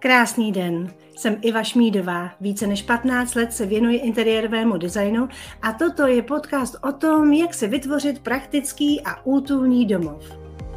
Krásný den, jsem Iva Šmídová. Více než 15 let se věnuji interiérovému designu a toto je podcast o tom, jak si vytvořit praktický a útulný domov.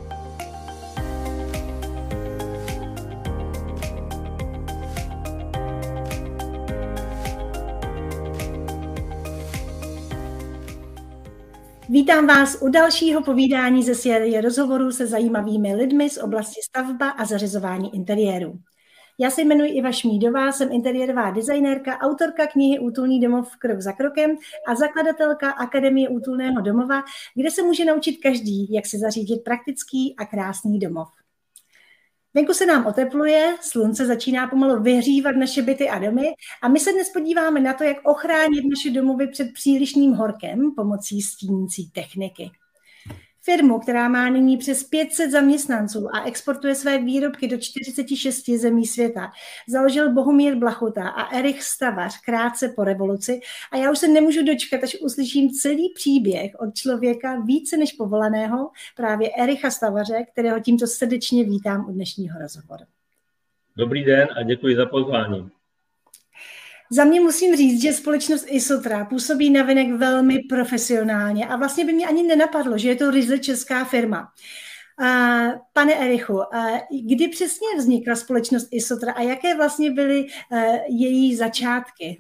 Vítám vás u dalšího povídání ze série rozhovorů se zajímavými lidmi z oblasti stavba a zařizování interiéru. Já se jmenuji Iva Šmídová, jsem interiérová designérka, autorka knihy Útulný domov krok za krokem a zakladatelka Akademie útulného domova, kde se může naučit každý, jak si zařídit praktický a krásný domov. Venku se nám otepluje, slunce začíná pomalu vyhřívat naše byty a domy a my se dnes podíváme na to, jak ochránit naše domovy před přílišným horkem pomocí stínící techniky. Firmu, která má nyní přes 500 zaměstnanců a exportuje své výrobky do 46 zemí světa, založil Bohumír Blachuta a Erich Stavař krátce po revoluci a já už se nemůžu dočkat, až uslyším celý příběh od člověka více než povolaného, právě Ericha Stavaře, kterého tímto srdečně vítám u dnešního rozhovoru. Dobrý den a děkuji za pozvání. Za mě musím říct, že společnost Isotra působí navenek velmi profesionálně a vlastně by mě ani nenapadlo, že je to ryze česká firma. Pane Erichu, kdy přesně vznikla společnost Isotra a jaké vlastně byly její začátky?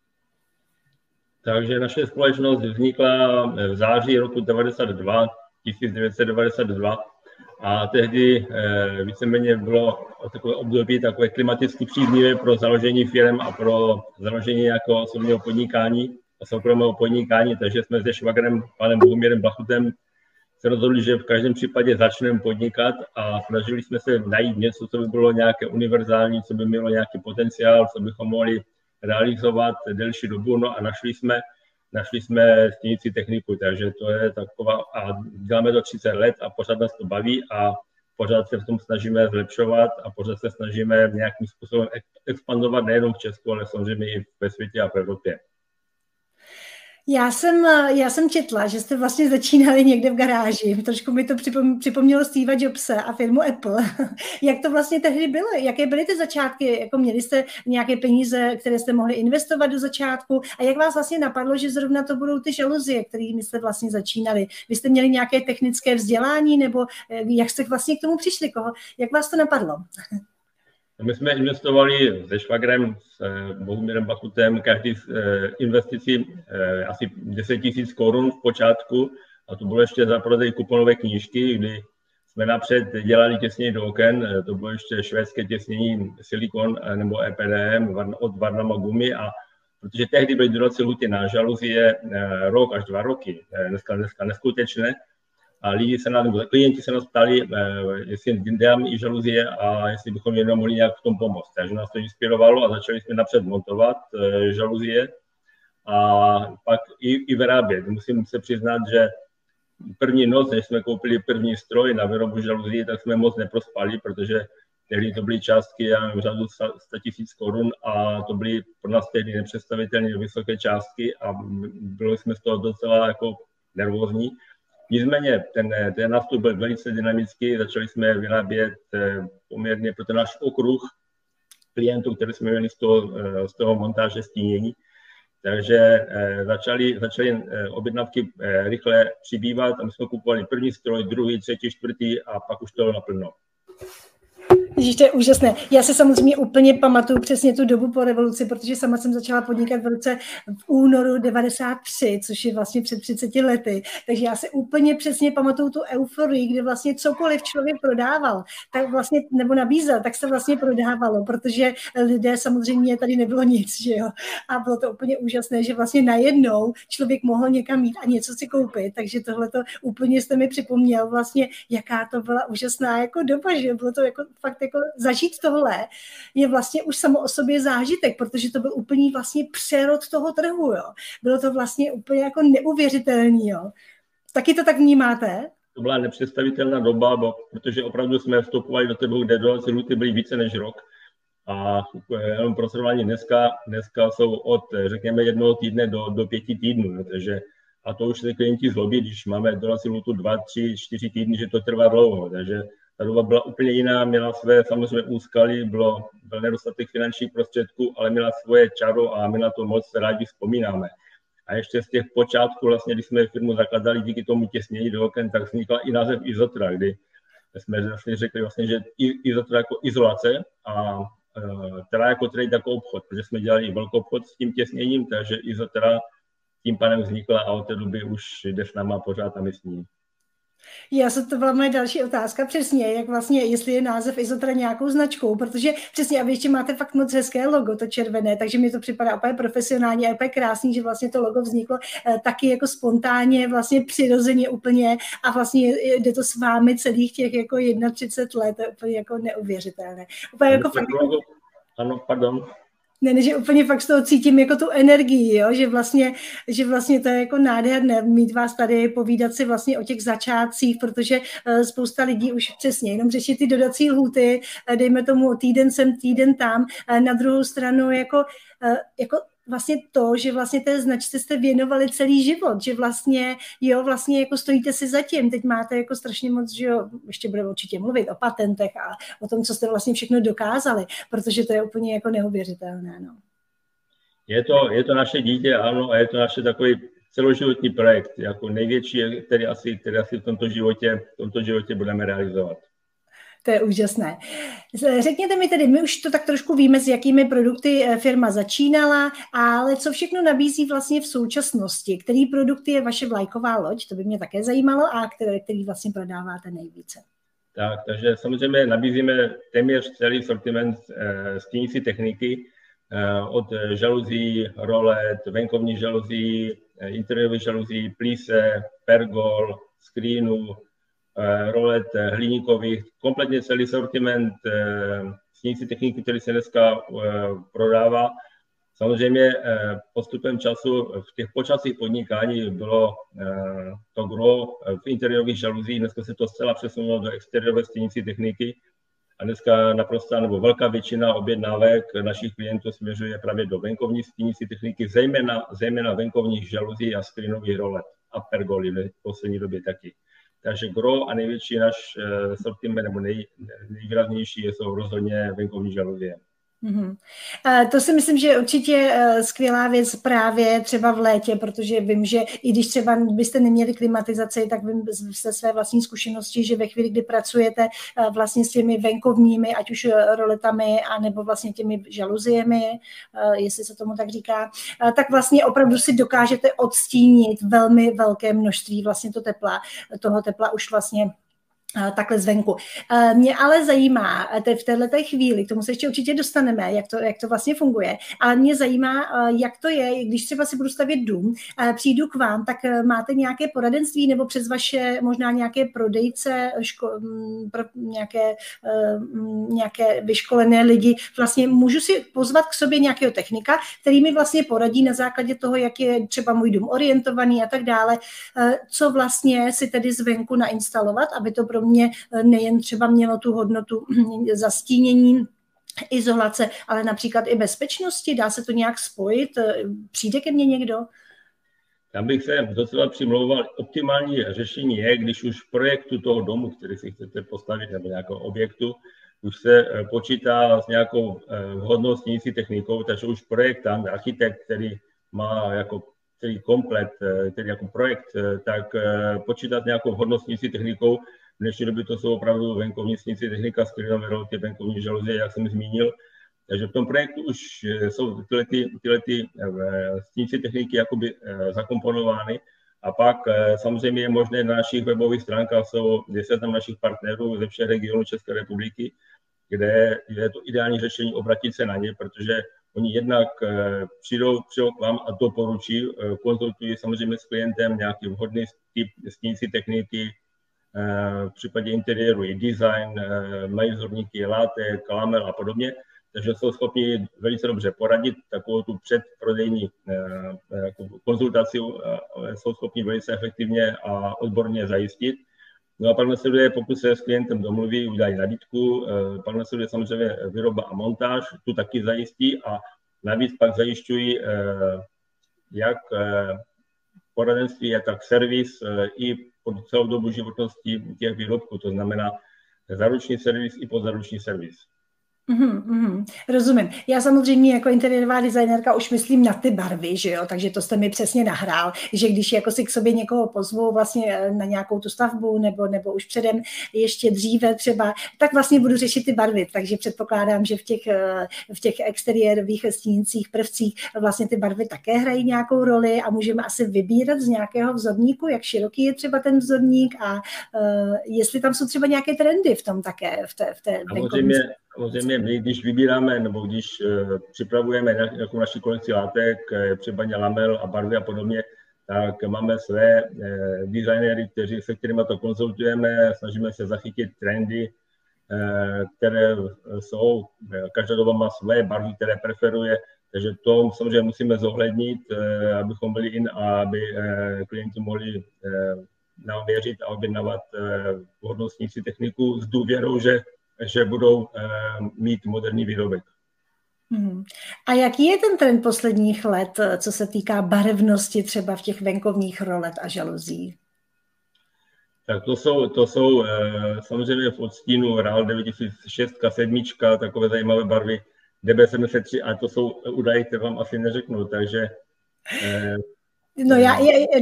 Takže naše společnost vznikla v září roku 1992 a tehdy víceméně bylo takové období takové klimaticky příznivé pro založení firem a pro založení jako osobního podnikání a soukromého podnikání, takže jsme se švagrem panem Bohumírem Blachutem se rozhodli, že v každém případě začneme podnikat a snažili jsme se najít něco, co by bylo nějaké univerzální, co by mělo nějaký potenciál, co bychom mohli realizovat delší dobu, no a našli jsme stínící techniku, takže to je taková, a děláme to 30 let a pořád nás to baví a pořád se v tom snažíme zlepšovat a pořád se snažíme nějakým způsobem expandovat nejenom v Česku, ale samozřejmě i ve světě a v Evropě. Já jsem četla, že jste vlastně začínali někde v garáži. Trošku mi to připomnělo Steva Jobse a firmu Apple. Jak to vlastně tehdy bylo? Jaké byly ty začátky? Jako měli jste nějaké peníze, které jste mohli investovat do začátku? A jak vás vlastně napadlo, že zrovna to budou ty žaluzie, kterými jste vlastně začínali? Vy jste měli nějaké technické vzdělání? Nebo jak jste vlastně k tomu přišli? Jak vás to napadlo? My jsme investovali se švagrem, s Bohumírem Blachutem, každý investici asi 10 000 korun v počátku a to bylo ještě za prodej kuponové knížky, kdy jsme napřed dělali těsnění do oken, to bylo ještě švédské těsnění silikon nebo EPDM od Varnama gumy a protože tehdy byly dodací lhůty na žaluzie rok až 2 roky, dneska neskutečné. A klienti se nás ptali, jestli děláme i žaluzie a jestli bychom jenom mohli nějak v tom pomoct. Takže nás to inspirovalo a začali jsme napřed montovat žaluzie a pak i vyrábět. Musím se přiznat, že první noc, než jsme koupili první stroj na výrobu žaluzie, tak jsme moc neprospali, protože tehdy to byly částky, já nevím, řadu 100 000 korun a to byly pro nás tehdy nepředstavitelně vysoké částky a byli jsme z toho docela jako nervózní. Nicméně ten nástup byl velice dynamický, začali jsme vyrábět poměrně pro ten náš okruh klientů, které jsme měli z toho montáže stínění. Takže začaly objednávky rychle přibývat a my jsme kupovali první stroj, druhý, třetí, čtvrtý a pak už to naplno. Ježiš, to je úžasné. Já se samozřejmě úplně pamatuju přesně tu dobu po revoluci, protože sama jsem začala podnikat v únoru 93, což je vlastně před 30 lety. Takže já se úplně přesně pamatuju tu euforii, kde vlastně cokoliv člověk prodával, tak vlastně, nebo nabízel, tak se vlastně prodávalo, protože lidé samozřejmě tady nebylo nic, že jo. A bylo to úplně úžasné, že vlastně najednou člověk mohl někam jít a něco si koupit. Takže tohleto úplně jste mi připomněl vlastně, jaká to byla úžasná jako doba, že bylo to jako fakt jako zažít tohle je vlastně už samo o sobě zážitek, protože to byl úplný vlastně přerod toho trhu, jo. Bylo to vlastně úplně jako neuvěřitelný, jo. Taky to tak vnímáte? To byla nepředstavitelná doba, protože opravdu jsme vstupovali do toho, kde dodací lhůty byly více než rok. A jenom pro srovnání dneska jsou od, řekněme, 1 týdne do 5 týdnů, takže a to už se klienti zlobí, když máme dodací lhůtu 2, 3, 4 týdny, že to trvá dlouho, takže Ta doba byla úplně jiná, měla své samozřejmě úskalí, byl nedostatek finančních prostředků, ale měla svoje čaro a my na to moc rádi vzpomínáme. A ještě z těch počátků, vlastně, když jsme firmu zakladali díky tomu těsnění do oken, tak vznikla i název Izotra, kdy jsme vlastně řekli, vlastně, že Izotra jako izolace a Terra jako trade jako obchod, protože jsme dělali velkou obchod s tím těsněním, takže Izotra tím pádem vznikla a od té doby už jde s náma pořád a my s ní. To byla moje další otázka, přesně, jak vlastně, jestli je název Izotra nějakou značkou, protože přesně, a vy ještě máte fakt moc hezké logo, to červené, takže mi to připadá úplně profesionálně a úplně krásný, že vlastně to logo vzniklo taky jako spontánně, vlastně přirozeně úplně a vlastně jde to s vámi celých těch jako 31 let, to je úplně jako neuvěřitelné. Úplně jako fakt... Ano, pardon. Ne, že úplně fakt z toho cítím jako tu energii, jo? Že vlastně to je jako nádherné mít vás tady, povídat si vlastně o těch začátcích, protože spousta lidí už přesně jenom řeší ty dodací lhůty, dejme tomu týden sem, týden tam, na druhou stranu jako vlastně to, že vlastně té značce jste věnovali celý život, že vlastně jako stojíte si za tím, teď máte jako strašně moc, že jo, ještě budeme určitě mluvit o patentech a o tom, co jste vlastně všechno dokázali, protože to je úplně jako neuvěřitelné, no. Je to naše dítě, ano, a je to naše takový celoživotní projekt, jako největší, který asi v tomto životě budeme realizovat. To je úžasné. Řekněte mi tedy, my už to tak trošku víme, s jakými produkty firma začínala, ale co všechno nabízí vlastně v současnosti? Který produkt je vaše vlajková loď? To by mě také zajímalo a který vlastně prodáváte nejvíce. Tak, takže samozřejmě nabízíme téměř celý sortiment stínící techniky, od žaluzí, rolet, venkovní žaluzí, interiérových žaluzí, plíse, pergol, screenů, rolet hliníkových, kompletně celý sortiment stínící techniky, který se dneska prodává. Samozřejmě postupem času v těch počátcích podnikání bylo to gro v interiérových žaluzí, dneska se to zcela přesunulo do exteriérové stínící techniky a dneska naprosto nebo velká většina objednávek našich klientů směřuje právě do venkovní stínící techniky, zejména venkovních žaluzí a screenových rolet a pergoly v poslední době taky. Takže gro a největší náš sortiment nebo nejvýraznější jsou rozhodně venkovní žaluzie. Mm-hmm. To si myslím, že je určitě skvělá věc právě třeba v létě, protože vím, že i když třeba byste neměli klimatizaci, tak vím ze své vlastní zkušenosti, že ve chvíli, kdy pracujete vlastně s těmi venkovními, ať už roletami, anebo vlastně těmi žaluziemi, jestli se tomu tak říká, tak vlastně opravdu si dokážete odstínit velmi velké množství vlastně toho tepla už vlastně takhle zvenku. Mě ale zajímá, v této chvíli, k tomu se ještě určitě dostaneme, jak to vlastně funguje, ale mě zajímá, jak to je, když třeba si budu stavět dům, přijdu k vám, tak máte nějaké poradenství nebo přes vaše možná nějaké prodejce, nějaké vyškolené lidi, vlastně můžu si pozvat k sobě nějakého technika, který mi vlastně poradí na základě toho, jak je třeba můj dům orientovaný a tak dále, co vlastně si tedy zvenku nainstalovat, aby to pro mě nejen třeba mělo tu hodnotu zastínění, izolace, ale například i bezpečnosti. Dá se to nějak spojit? Přijde ke mně někdo? Já bych se docela přimlouval. Optimální řešení je, když už v projektu toho domu, který si chcete postavit, nebo nějakého objektu, už se počítá s nějakou vhodnou stínící technikou, takže už projektant, architekt, který má jako celý komplet, který jako projekt, tak počítá s nějakou vhodnou stínící technikou. V dnešní době to jsou opravdu venkovní stínící technika, screenové roty, venkovní žaluzie, jak jsem zmínil. Takže v tom projektu už jsou tyhle stínící techniky jakoby zakomponovány. A pak samozřejmě je možné na našich webových stránkách je seznam našich partnerů ze všech regionů České republiky, kde je to ideální řešení obratit se na ně, protože oni jednak přijdou k vám a doporučí, konzultují samozřejmě s klientem nějaký vhodný typ stínící techniky, v případě interiéru i design, mají vzorníky látek, lamel a podobně, takže jsou schopni velice dobře poradit, takovou tu předprodejní konzultaci jsou schopni velice efektivně a odborně zajistit. No a pak následuje, pokud se s klientem domluví, udělají nabídku, pak následuje samozřejmě výroba a montáž, tu taky zajistí a navíc pak zajišťují jak poradenství, tak servis i po celou dobu životnosti těch výrobků. To znamená, zaruční servis i podzaruční servis. Rozumím. Já samozřejmě jako interiérová designérka už myslím na ty barvy, že jo, takže to jste mi přesně nahrál, že když jako si k sobě někoho pozvu vlastně na nějakou tu stavbu nebo už předem ještě dříve třeba, tak vlastně budu řešit ty barvy, takže předpokládám, že v těch exteriérových stínících prvcích vlastně ty barvy také hrají nějakou roli a můžeme asi vybírat z nějakého vzorníku, jak široký je třeba ten vzorník a jestli tam jsou třeba nějaké trendy v tom také, v té Samozřejmě my, když vybíráme nebo když připravujeme nějakou naši kolekci látek, případně lamel a barvy a podobně, tak máme své designéry, se kterými to konzultujeme, snažíme se zachytit trendy, které jsou, každá doba má své barvy, které preferuje, takže to samozřejmě musíme zohlednit, abychom byli a aby klienti mohli nám věřit a objednávat vhodnou snící techniku s důvěrou, že budou mít moderní výrobek. A jaký je ten trend posledních let, co se týká barevnosti třeba v těch venkovních rolet a žaluzí? Tak to jsou samozřejmě v odstínu RAL 9006, 7, takové zajímavé barvy, DB73, a to jsou údaje, které vám asi neřeknu, takže... No já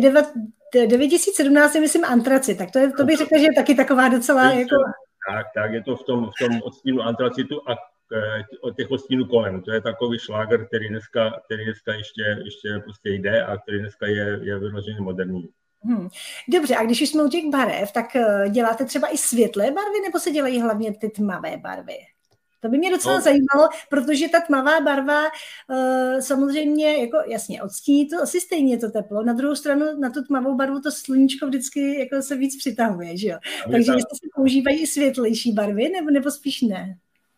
9017 je myslím antracit, tak to bych řekla, že je taky taková docela jako... Tak, je to v tom odstínu antracitu a od těch odstínů kolem. To je takový šláger, který dneska ještě prostě jde a který dneska je vyloženě moderní. Dobře, a když už jsme u těch barev, tak děláte třeba i světlé barvy, nebo se dělají hlavně ty tmavé barvy? To by mě docela zajímalo, protože ta tmavá barva samozřejmě, jako jasně, odstíní to asi stejně to teplo. Na druhou stranu na tu tmavou barvu to sluníčko vždycky jako se víc přitahuje, že jo? Takže jestli se používají i světlejší barvy, nebo spíš ne?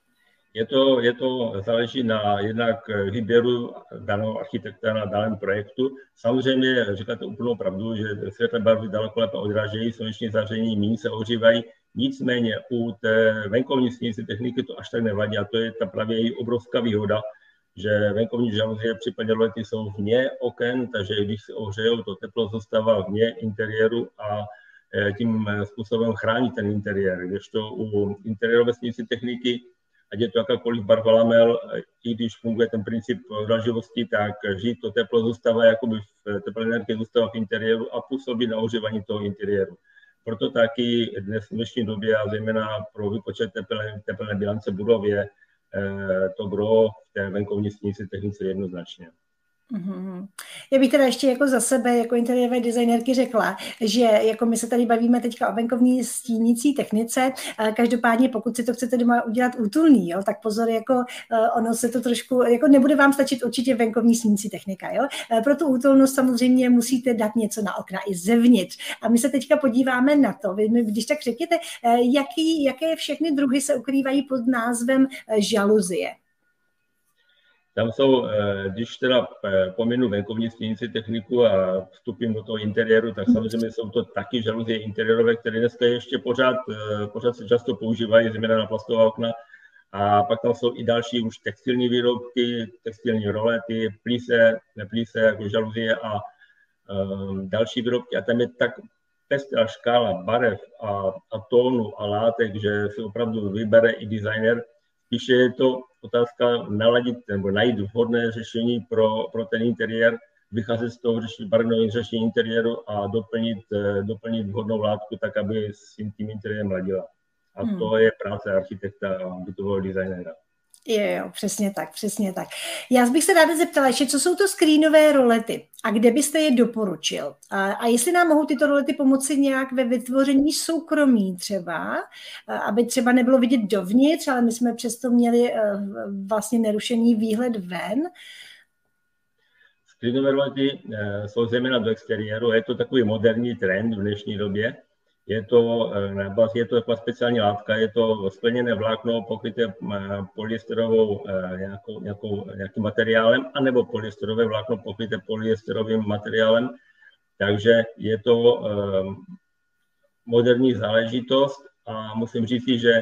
Záleží na jednak výběru daného architekta na daném projektu. Samozřejmě říkáte úplnou pravdu, že světlé barvy daleko lépe odrážejí sluneční záření, méně se ohřívají. Nicméně u té venkovní snící techniky to až tak nevadí a to je ta právě její obrovská výhoda, že venkovní žaluzie případně rolety jsou vně oken, takže když se ohřejou, to teplo zůstává vně interiéru a tím způsobem chrání ten interiér. Kdežto u interiérové snící techniky, ať je to jakákoliv barva lamel, i když funguje ten princip odráživosti, tak vždy to teplo zůstává, jakoby teplá energie zůstává v interiéru a působí na ohřívání toho interiéru. Proto taky v dnešní době a zejména pro výpočet tepelné bilance budově to gro v té venkovní snící technice jednoznačně. Já bych teda ještě jako za sebe, jako interiérové designérky řekla, že jako my se tady bavíme teďka o venkovní stínící technice, každopádně pokud si to chcete doma udělat útulný, jo, tak pozor, jako ono se to trošku, jako nebude vám stačit určitě venkovní stínící technika, jo. Pro tu útulnost samozřejmě musíte dát něco na okna i zevnitř. A my se teďka podíváme na to, vy když tak řekněte, jaké všechny druhy se ukrývají pod názvem žaluzie. Tam jsou, když teda pominu venkovní stínící techniku a vstupím do toho interiéru, tak samozřejmě jsou to taky žaluzie interiérové, které dneska ještě pořád se často používají, zejména na plastová okna. A pak tam jsou i další už textilní výrobky, textilní rolety, plíse jako žaluzie a další výrobky. A tam je tak pestrá škála barev a tónu a látek, že si opravdu vybere i designer. Spíše je to otázka naladit nebo najít vhodné řešení pro ten interiér, vycházet z toho barevného řešení interiéru a doplnit vhodnou látku tak, aby s tím interiérem ladila. A to je práce architekta a bytového designéra. Jo, přesně tak. Já bych se ráda zeptala ještě, co jsou to screenové rolety a kde byste je doporučil? A jestli nám mohou tyto rolety pomoci nějak ve vytvoření soukromí třeba, aby třeba nebylo vidět dovnitř, ale my jsme přesto měli vlastně nerušený výhled ven. Screenové rolety jsou zejména do exteriéru, je to takový moderní trend v dnešní době. Je to taková speciální látka, je to skleněné vlákno pokryté polyesterovou nějakým materiálem, anebo polyesterové vlákno pokryté polyesterovým materiálem. Takže je to moderní záležitost a musím říct, že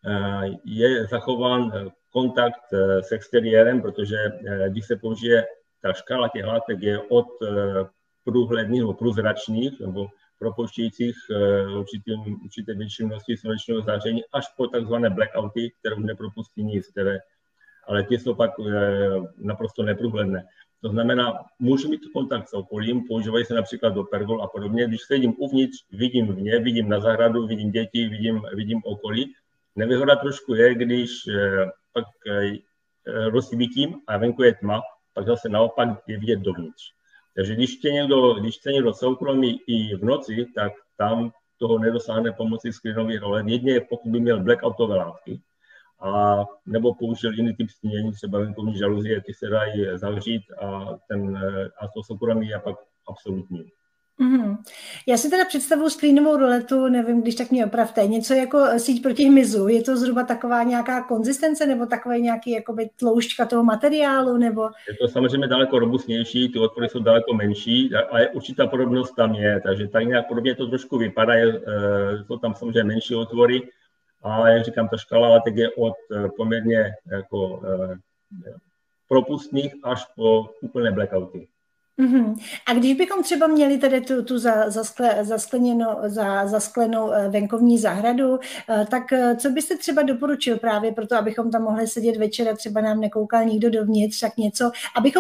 je zachován kontakt s exteriérem, protože když se použije ta škála těch látek je od průhledných nebo průzračných, nebo propouštějících určité větší množství slunečného záření až po takzvané blackouty, které už nepropustí nic, ale ty jsou pak naprosto neprůhledné. To znamená, můžu mít kontakt s okolím, používají se například do pergol a podobně. Když sedím uvnitř, vidím vně, vidím na zahradu, vidím děti, vidím okolí. Nevýhoda trošku je, když pak rozsvítím a venku je tma, pak zase naopak je vidět dovnitř. Takže když chce někdo soukromí i v noci, tak tam toho nedosáhne pomocí screenových rolet. Jedině pokud by měl blackoutové látky, a nebo použil jiný typ stínění, třeba venkovní žaluzie, ty se dají zavřít a to soukromí je pak absolutní. Mm-hmm. Já si teda představuji screenovou roletu, nevím, když tak mě opravte, něco jako síť proti hmyzu. Je to zhruba taková nějaká konzistence nebo takové nějaký jakoby tloušťka toho materiálu? Nebo... Je to samozřejmě daleko robustnější, ty otvory jsou daleko menší, ale určitá podobnost tam je, takže tak nějak podobně to trošku vypadá, jsou tam samozřejmě menší otvory, a jak říkám, ta škala látek je od poměrně jako propustných až po úplné blackouty. Mm-hmm. A když bychom třeba měli tady tu zasklenou venkovní zahradu, tak co byste třeba doporučil právě proto, abychom tam mohli sedět večer a třeba nám nekoukal nikdo dovnitř, tak něco,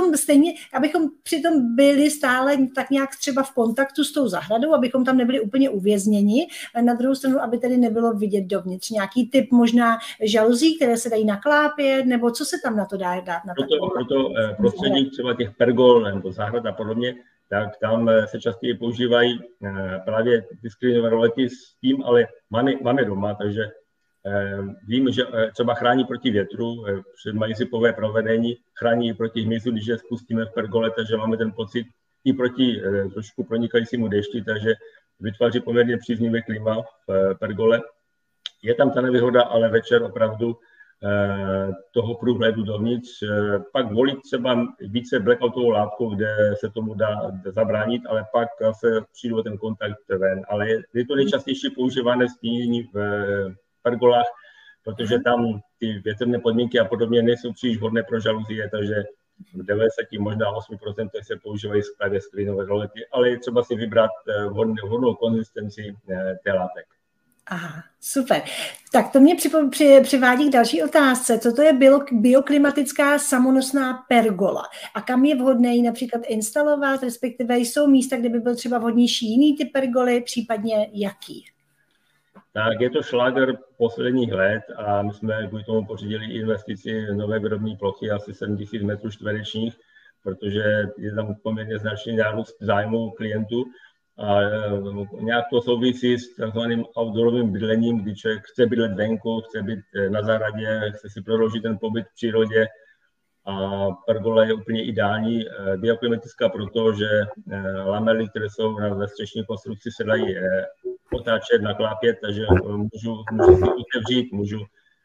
abychom přitom byli stále tak nějak třeba v kontaktu s tou zahradou, abychom tam nebyli úplně uvězněni, na druhou stranu, aby tedy nebylo vidět dovnitř. Nějaký typ možná žaluzí, které se dají naklápět, nebo co se tam na to dá dát? Proto prostředí třeba těch pergol nebo zahrad a podobně, tak tam se častěji používají právě ty screenové rolety s tím, ale máme doma, takže vím, že třeba chrání proti větru, mají zipové provedení, chrání proti hmyzu, když je spustíme v pergole, takže máme ten pocit i proti trošku pronikajícímu dešti, takže vytváří poměrně příznivé klima v pergole. Je tam ta nevýhoda, ale večer opravdu toho průhledu dovnitř, pak volit třeba více blackoutovou látkou, kde se tomu dá zabránit, ale pak se přijde ten kontakt ven. Ale je to nejčastější používané stínění v pergolách, protože tam ty větrné podmínky a podobně nejsou příliš vhodné pro žaluzie, takže v 90, možná 8% se používají právě screenové rolety, ale je třeba si vybrat vhodnou konzistenci té látek. Aha, super. Tak to mě přivádí k další otázce. Co to je bioklimatická samonosná pergola? A kam je vhodné ji například instalovat, respektive jsou místa, kde by byl třeba vhodnější jiný typ pergoly, případně jaký? Tak je to šláger posledních let a my jsme kvůli tomu pořídili investici nové výrobní plochy, asi 7 000 metrů čtverečních, protože je tam poměrně značný nárůst zájmu klientů. A nějak to souvisí s takzvaným outdoorovým bydlením, kdy člověk chce bydlet venku, chce být na zahradě, chce si prodloužit ten pobyt v přírodě a pergola je úplně ideální. Bioklimatická proto, že lamely, které jsou ve střešní konstrukci, se dají otáčet, naklápět, takže můžu si otevřít, můžu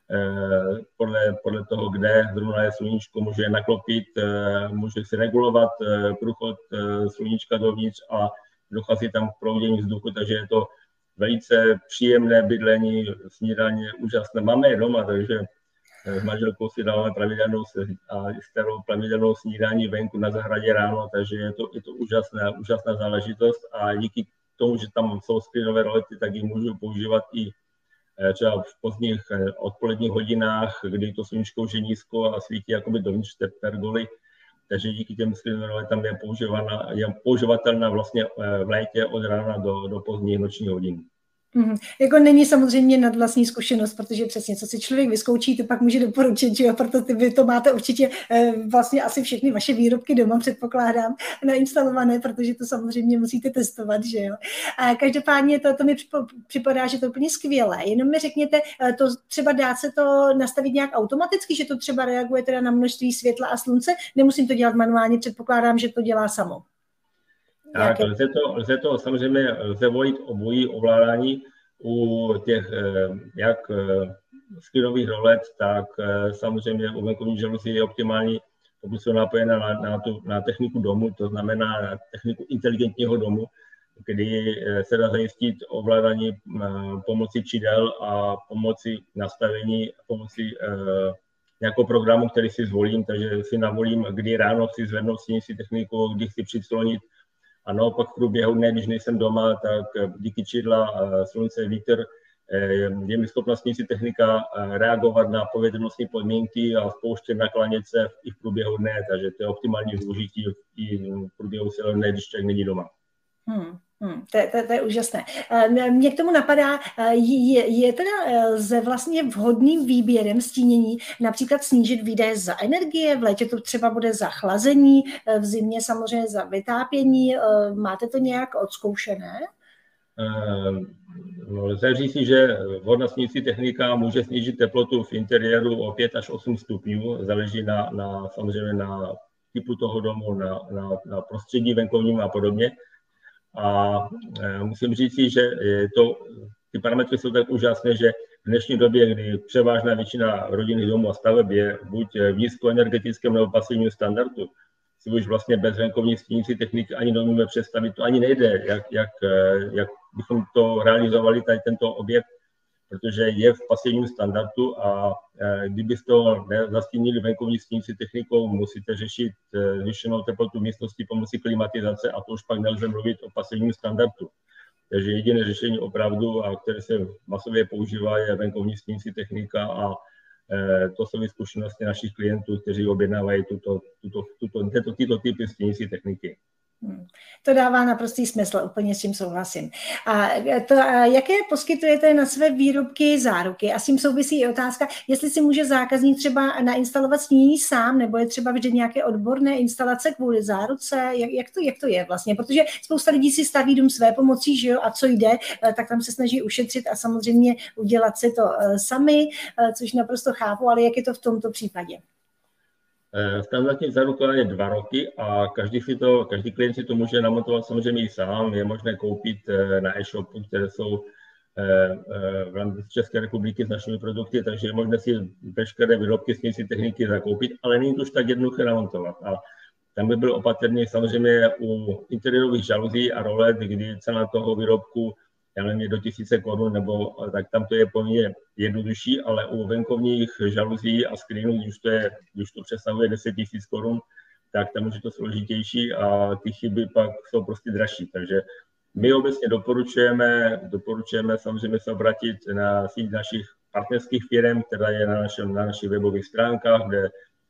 podle toho, kde zrovna je sluníčko, můžu je naklopit, můžu si regulovat průchod sluníčka dovnitř a dochází tam k proudění vzduchu, takže je to velice příjemné bydlení, snídaně úžasné. Máme je doma, takže s manželkou si dáváme pravidelnou snídaní venku na zahradě ráno, takže je to úžasná záležitost a díky tomu, že tam jsou screenové rolety, tak ji můžu používat i třeba v pozdních odpoledních hodinách, kdy to sluníčko už je nízko a svítí jakoby dovnitř té pergoly. Takže díky těm screenovým roletám je používatelná vlastně v létě od rána do pozdních nočních hodin. Jako není samozřejmě nad vlastní zkušenost, protože přesně, co si člověk vyzkouší, to pak může doporučit, že jo, proto vy to máte určitě vlastně asi všechny vaše výrobky doma, předpokládám, nainstalované, protože to samozřejmě musíte testovat, že jo. A každopádně to mi připadá, že to je úplně skvělé. Jenom mi řekněte, to třeba dá se to nastavit nějak automaticky, že to třeba reaguje teda na množství světla a slunce, nemusím to dělat manuálně, předpokládám, že to dělá samo. Tak, lze to samozřejmě volit obojí ovládání u těch jak screenových rolet, tak samozřejmě u venkovní žaluzie je optimální, pokud jsou napojené na techniku domu, to znamená na techniku inteligentního domu, kdy se dá zajistit ovládání pomocí čidel a pomocí nastavení, pomocí nějakého programu, který si zvolím, takže si navolím, kdy ráno chci zvednout sníží techniku, kdy chci přiclonit A naopak v průběhu dne, když nejsem doma, tak díky čidla, slunce, vítr, je mi schopna snížit technika reagovat na povětrnostní podmínky a spouštět naklánět se i v průběhu dne, takže to je optimální využití i v průběhu celého dne, když člověk není doma. To je úžasné. Mě k tomu napadá, je teda lze vlastně vhodným výběrem stínění například snížit výdaje za energie, v létě to třeba bude za chlazení, v zimě samozřejmě za vytápění. Máte to nějak odzkoušené? Lze říct, že vhodná snížící technika může snížit teplotu v interiéru o 5 až 8 stupňů, záleží samozřejmě na typu toho domu, na prostředí venkovním a podobně. A musím říct, že ty parametry jsou tak úžasné, že v dnešní době, kdy převážná většina rodinných domů a staveb je buď v nízkoenergetickém nebo pasivním standardu, si už vlastně bez venkovní stínící techniky ani neumíme představit, to ani nejde, jak bychom to realizovali, tady tento objekt, protože je v pasivním standardu a kdybyste to zastínili venkovní stínící technikou, musíte řešit zvýšenou teplotu místnosti pomocí klimatizace a to už pak nelze mluvit o pasivním standardu. Takže jediné řešení opravdu, a které se masově používá, je venkovní stínící technika a to jsou zkušenosti našich klientů, kteří objednávají tyto typy stínící techniky. To dává naprostý smysl, úplně s tím souhlasím. A jaké poskytujete na své výrobky záruky? A s tím souvisí i otázka, jestli si může zákazník třeba nainstalovat stínění sám, nebo je třeba vždy nějaké odborné instalace kvůli záruce? Jak to je vlastně? Protože spousta lidí si staví dům své pomocí, že jo, a co jde, tak tam se snaží ušetřit a samozřejmě udělat si to sami, což naprosto chápu, ale jak je to v tomto případě? Standardní záruka je 2 roky a každý klient si to může namontovat samozřejmě i sám. Je možné koupit na e-shopu, které jsou v rámci České republiky s našimi produkty, takže je možné si veškeré výrobky snížící techniky zakoupit, ale není to už tak jednoduché namontovat. A tam by byl opatrný samozřejmě u interiérových žaluzí a rolet, kdy cena toho výrobku já nevím, je do 1000 korun, nebo tak tam to je poměrně jednodušší, ale u venkovních žaluzí a screenů, když to přesahuje 10 000 korun, tak tam už je to složitější a ty chyby pak jsou prostě dražší. Takže my obecně doporučujeme samozřejmě se obrátit na síť našich partnerských firm, která je na našich webových stránkách, kde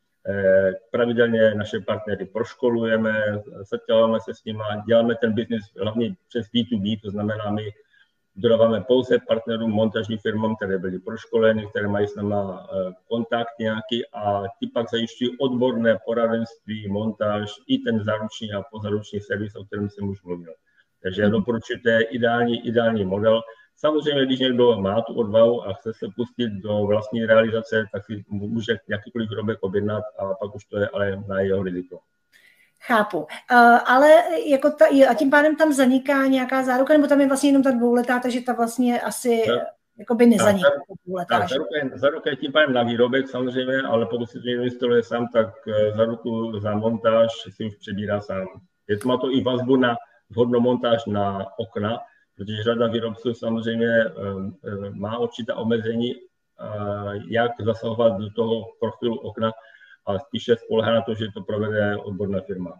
pravidelně naše partnery proškolujeme, setkáváme se s nimi, děláme ten biznis hlavně přes B2B, to znamená, my dodáváme pouze partnerům, montážním firmám, které byly proškoleny, které mají s náma kontakt nějaký a ty pak zajišťují odborné poradenství, montáž i ten záruční a pozáruční servis, o kterém jsem už mluvil. Takže já doporučuji, to je ideální model. Samozřejmě, když někdo má tu odvahu a chce se pustit do vlastní realizace, tak si může jakýkoliv výrobek objednat a pak už to je ale na jeho riziko. Chápu. Ale a tím pádem tam zaniká nějaká záruka, nebo tam je vlastně jenom ta 2letá, takže ta vlastně asi jakoby nezaniká. Záruka je tím pádem na výrobek samozřejmě, ale pokud si to někdo instaluje sám, tak záruku za montáž si už přebírá sám. Má to i vazbu na vhodnou montáž na okna, protože řada výrobců samozřejmě má určitá omezení, jak zasahovat do toho profilu okna, a spíše spolehá na to, že to provede odborná firma.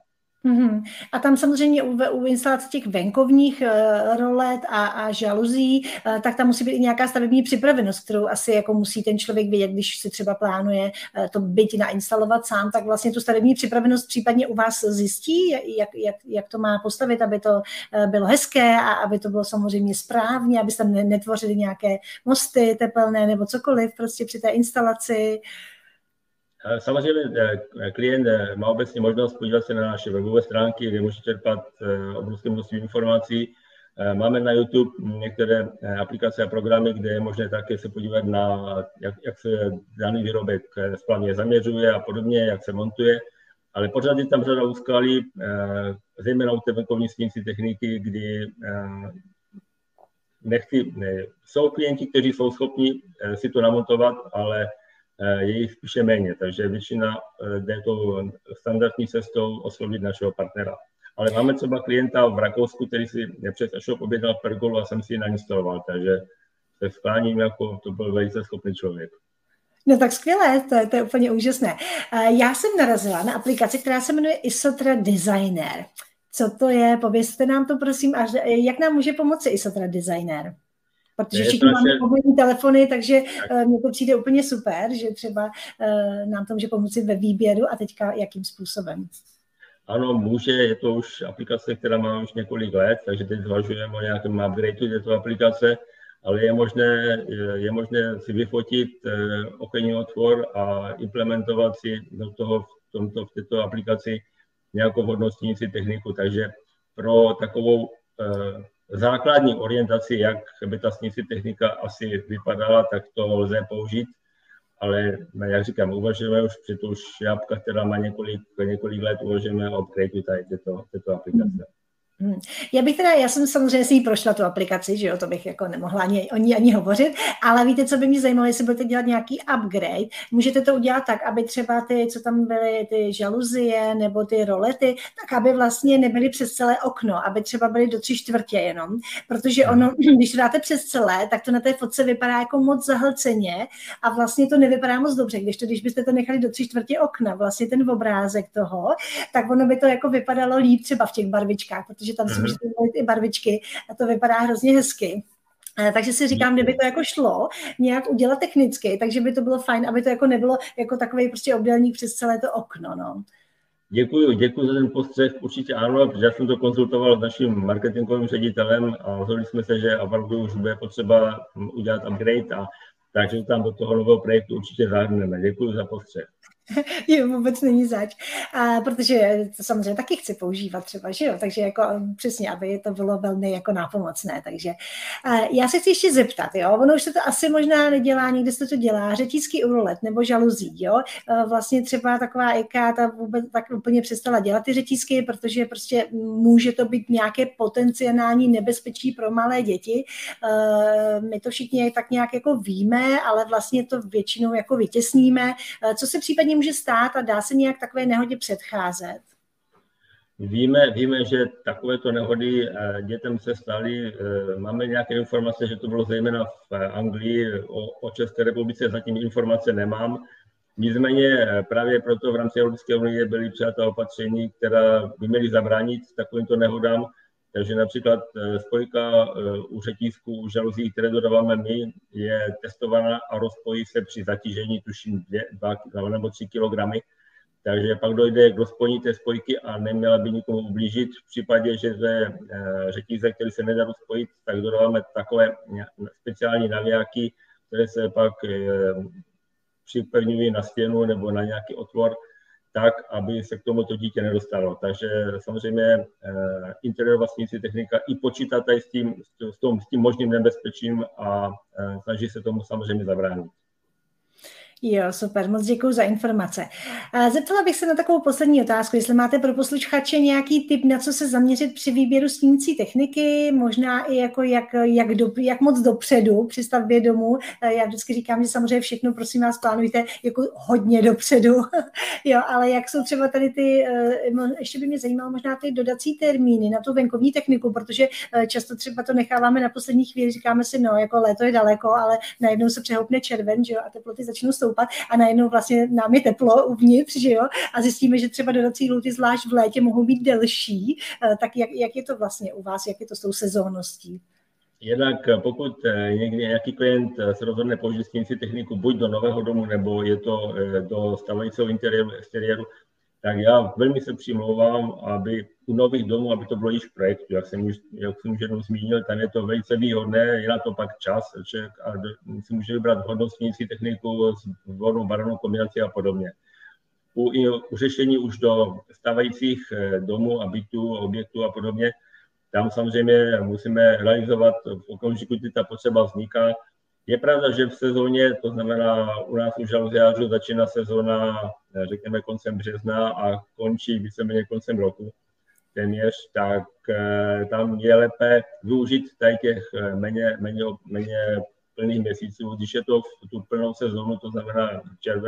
A tam samozřejmě u instalace těch venkovních rolet a žaluzí, tak tam musí být i nějaká stavební připravenost, kterou asi jako musí ten člověk vědět, když si třeba plánuje to byt nainstalovat sám, tak vlastně tu stavební připravenost případně u vás zjistí, jak to má postavit, aby to bylo hezké a aby to bylo samozřejmě správně, aby se tam netvořily nějaké mosty tepelné nebo cokoliv prostě při té instalaci. Samozřejmě klient má obecně možnost podívat se na naše webové stránky, kde může čerpat obrovské množství informací. Máme na YouTube některé aplikace a programy, kde je možné také se podívat na, jak se daný výrobek správně zaměřuje a podobně, jak se montuje. Ale pořád je tam řada úskalí, zejména u té venkovní snímcí techniky, kdy jsou klienti, kteří jsou schopni si to namontovat, ale je jich spíše méně, takže většina jde tou standardní cestou oslovit našeho partnera. Ale máme třeba klienta v Rakousku, který si přes e-shop objednal pergolu a jsem si ji nainstaloval, takže se skláním, jako to byl velice schopný člověk. No tak skvělé, to je úplně úžasné. Já jsem narazila na aplikaci, která se jmenuje Isotra Designer. Co to je? Povězte nám to, prosím, a jak nám může pomoci Isotrad Designer? Protože všichni máme mobilní telefony, takže mně to přijde úplně super, že třeba nám to může pomoci ve výběru a teďka jakým způsobem. Ano, může, je to už aplikace, která má už několik let, takže teď zvažujeme o nějakém upgradeu této aplikace, ale je možné si vyfotit okenní otvor a implementovat si v této aplikaci nějakou hodnostnící techniku, takže pro takovou základní orientaci, jak by ta snící technika asi vypadala, tak to lze použít, ale jak říkám, uvažujeme už při už Jabka, která má několik let, uvažujeme o upgradeu této aplikace. Já jsem samozřejmě si ji prošla tu aplikaci, že jo, to bych jako nemohla ani hovořit, ale víte, co by mě zajímalo, jestli budete dělat nějaký upgrade, můžete to udělat tak, aby třeba ty, co tam byly, ty žaluzie nebo ty rolety, tak aby vlastně nebyly přes celé okno, aby třeba byly do 3/4 jenom, protože ono, když to dáte přes celé, tak to na té fotce vypadá jako moc zahlceně a vlastně to nevypadá moc dobře, když byste to nechali do 3/4 okna, vlastně ten obrázek toho, tak ono by to jako vypadalo líp třeba v těch barvičkách, protože tam si můžete volit i barvičky a to vypadá hrozně hezky. Takže si říkám, kdyby to jako šlo nějak udělat technicky, takže by to bylo fajn, aby to jako nebylo jako takový prostě obdélník přes celé to okno, no. Děkuji za ten postřeh, určitě ano, protože já jsem to konzultoval s naším marketingovým ředitelem a rozhodli jsme se, že opravdu už bude potřeba udělat upgrade a takže tam do toho nového projektu určitě zahrneme. Děkuji za postřeh. Jo, vůbec není zač, protože to samozřejmě taky chci používat třeba, že jo, takže jako přesně, aby to bylo velmi jako nápomocné, takže já se chci ještě zeptat, jo, ono už se to asi možná nedělá, někde se to dělá, řetízký rolet nebo žaluzí, jo, vlastně třeba taková IKEA ta vůbec tak úplně přestala dělat ty řetízky, protože prostě může to být nějaké potenciální nebezpečí pro malé děti, my to všichni tak nějak jako víme, ale vlastně to většinou jako vytěsníme, co se případně může stát a dá se nějak takové nehodě předcházet? Víme, že takovéto nehody dětem se staly. Máme nějaké informace, že to bylo zejména v Anglii, o České republice zatím informace nemám. Nicméně právě proto v rámci Evropské unie byly přijata opatření, která by měly zabránit takovýmto nehodám. Takže například spojka u řetízků, u žaluzí, které dodáváme my, je testovaná a rozpojí se při zatížení, tuším 2 nebo 3 kg. Takže pak dojde k rozpojení té spojky a neměla by nikomu ublížit. V případě, že je řetízek, který se nedá rozpojit, tak dodáváme takové speciální navijáky, které se pak připevňují na stěnu nebo na nějaký otvor, tak, aby se k tomuto dítě nedostalo. Takže samozřejmě interiérová snící technika i počítá tady s tím možným nebezpečím a snaží se tomu samozřejmě zabránit. Jo, super, moc děkuji za informace. Zeptala bych se na takovou poslední otázku, jestli máte pro posluchače nějaký tip, na co se zaměřit při výběru snímcí techniky, možná i jako jak moc dopředu při stavbě domu. Já vždycky říkám, že samozřejmě všechno, prosím vás, plánujte jako hodně dopředu, jo, ale jak jsou třeba tady ty, ještě by mě zajímalo možná ty dodací termíny na tu venkovní techniku, protože často třeba to necháváme na poslední chvíli, říkáme si, no, jako léto je daleko, ale najednou se přehoupne červen, že jo, a teploty začnou stoupat a najednou vlastně nám je teplo uvnitř, že jo, a zjistíme, že třeba dodací lhůty zvlášť v létě mohou být delší, tak jak je to vlastně u vás, jak je to s tou sezónností? Jednak pokud někdy nějaký klient se rozhodne použít snímcí techniku buď do nového domu, nebo je to do stávajícího interiéru, exteriéru, tak já velmi se přimlouvám, aby u nových domů, aby to bylo již v projektu, jak jsem už jednou zmínil, tam je to velice výhodné, je na to pak čas, a si může vybrat hodnostnící techniku s vhodnou barevnou kombinací a podobně. U řešení už do stávajících domů a bytů, objektů a podobně, tam samozřejmě musíme realizovat v okamžiku, kdy ta potřeba vzniká. Je pravda, že v sezóně, to znamená u nás u žaluziářů začíná sezóna, řekněme koncem března a končí víceméně koncem roku téměř, tak tam je lépe využít tady těch méně plných měsíců. Když je to v tu plnou sezónu, to znamená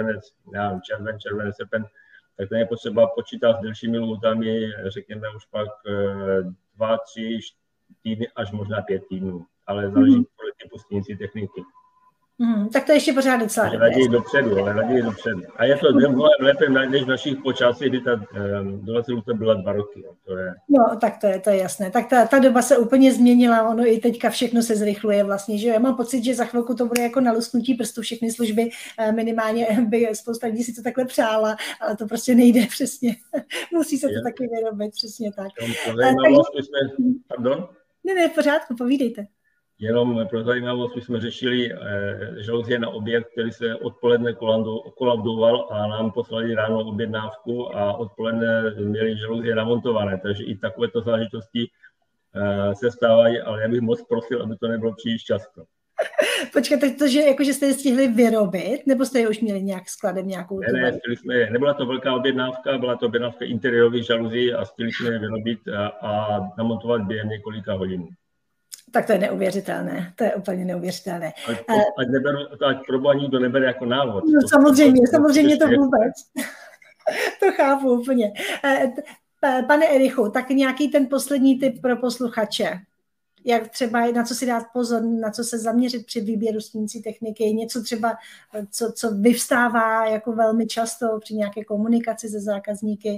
červen, srpen, tak to je potřeba počítat s delšími lhůtami, řekněme už pak 2, 3 týdny až možná 5 týdnů, ale záleží podle typu snímcí techniky. Tak to ještě pořád docela dobré. Raději dopředu. A je to lépe než v našich počátcích, kdy ta dolací to byla 2 roky. To je... No, tak to je jasné. Tak ta doba se úplně změnila, ono i teďka všechno se zrychluje vlastně, že já mám pocit, že za chvilku to bude jako na lusknutí prstu všechny služby, minimálně by spousta lidí si to takhle přála, ale to prostě nejde přesně. Musí se to taky vyrobit, přesně tak. Pardon? Ne, v pořádku, povídejte. Jenom pro zajímavost, my jsme řešili žaluzie na objekt, který se odpoledne kolaudoval a nám poslali ráno objednávku a odpoledne měli žaluzie namontované, takže i takovéto záležitosti se stávají, ale já bych moc prosil, aby to nebylo příliš často. Počkejte, to, že jste je stihli vyrobit, nebo jste je už měli nějak skladem nějakou? Ne, nebyla to velká objednávka, byla to objednávka interiérových žaluzí a stihli jsme je vyrobit a namontovat během několika hodin. Tak to je neuvěřitelné, to je úplně neuvěřitelné. Ať proboha nikdo nebere jako návod. No, samozřejmě to vůbec. To chápu úplně. Pane Erichu, tak nějaký ten poslední tip pro posluchače. Jak třeba, na co si dát pozor, na co se zaměřit při výběru snímcí techniky, něco třeba, co vyvstává jako velmi často při nějaké komunikaci se zákazníky.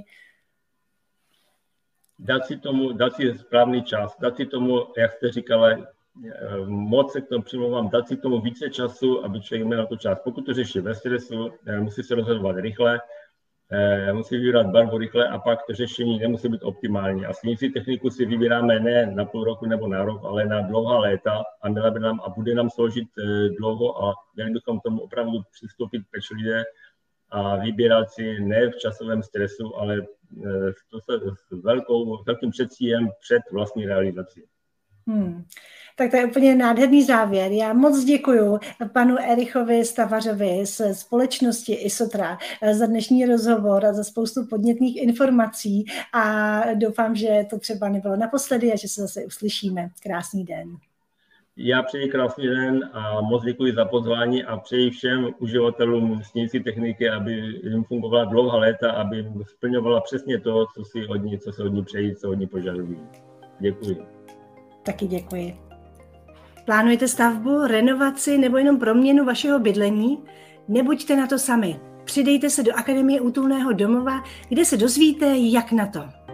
Dát si správný čas, dát si tomu, jak jste říkala, moc se k tomu přimlouvám, dát si tomu více času, aby člověk měl na to čas. Pokud to řeší ve stresu, musí se rozhodovat rychle, musí vybírat barvu rychle a pak to řešení nemusí být optimální. A snímcí techniku si vybíráme ne na půl roku nebo na rok, ale na dlouhá léta a bude nám sloužit dlouho a měli bychom tomu opravdu přistoupit pečlivě a vybírat si ne v časovém stresu, ale s velkým předstihem před vlastní realizací. Tak to je úplně nádherný závěr. Já moc děkuju panu Erichovi Stavařovi z společnosti Isotra za dnešní rozhovor a za spoustu podnětných informací a doufám, že to třeba nebylo naposledy a že se zase uslyšíme. Krásný den. Já přeji krásný den a moc děkuji za pozvání a přeji všem uživatelům snímcí techniky, aby jim fungovala dlouhá léta, aby splňovala přesně to, co se od ní přejí, co od ní požadují. Děkuji. Taky děkuji. Plánujete stavbu, renovaci nebo jenom proměnu vašeho bydlení? Nebuďte na to sami. Přidejte se do Akademie útulného domova, kde se dozvíte, jak na to.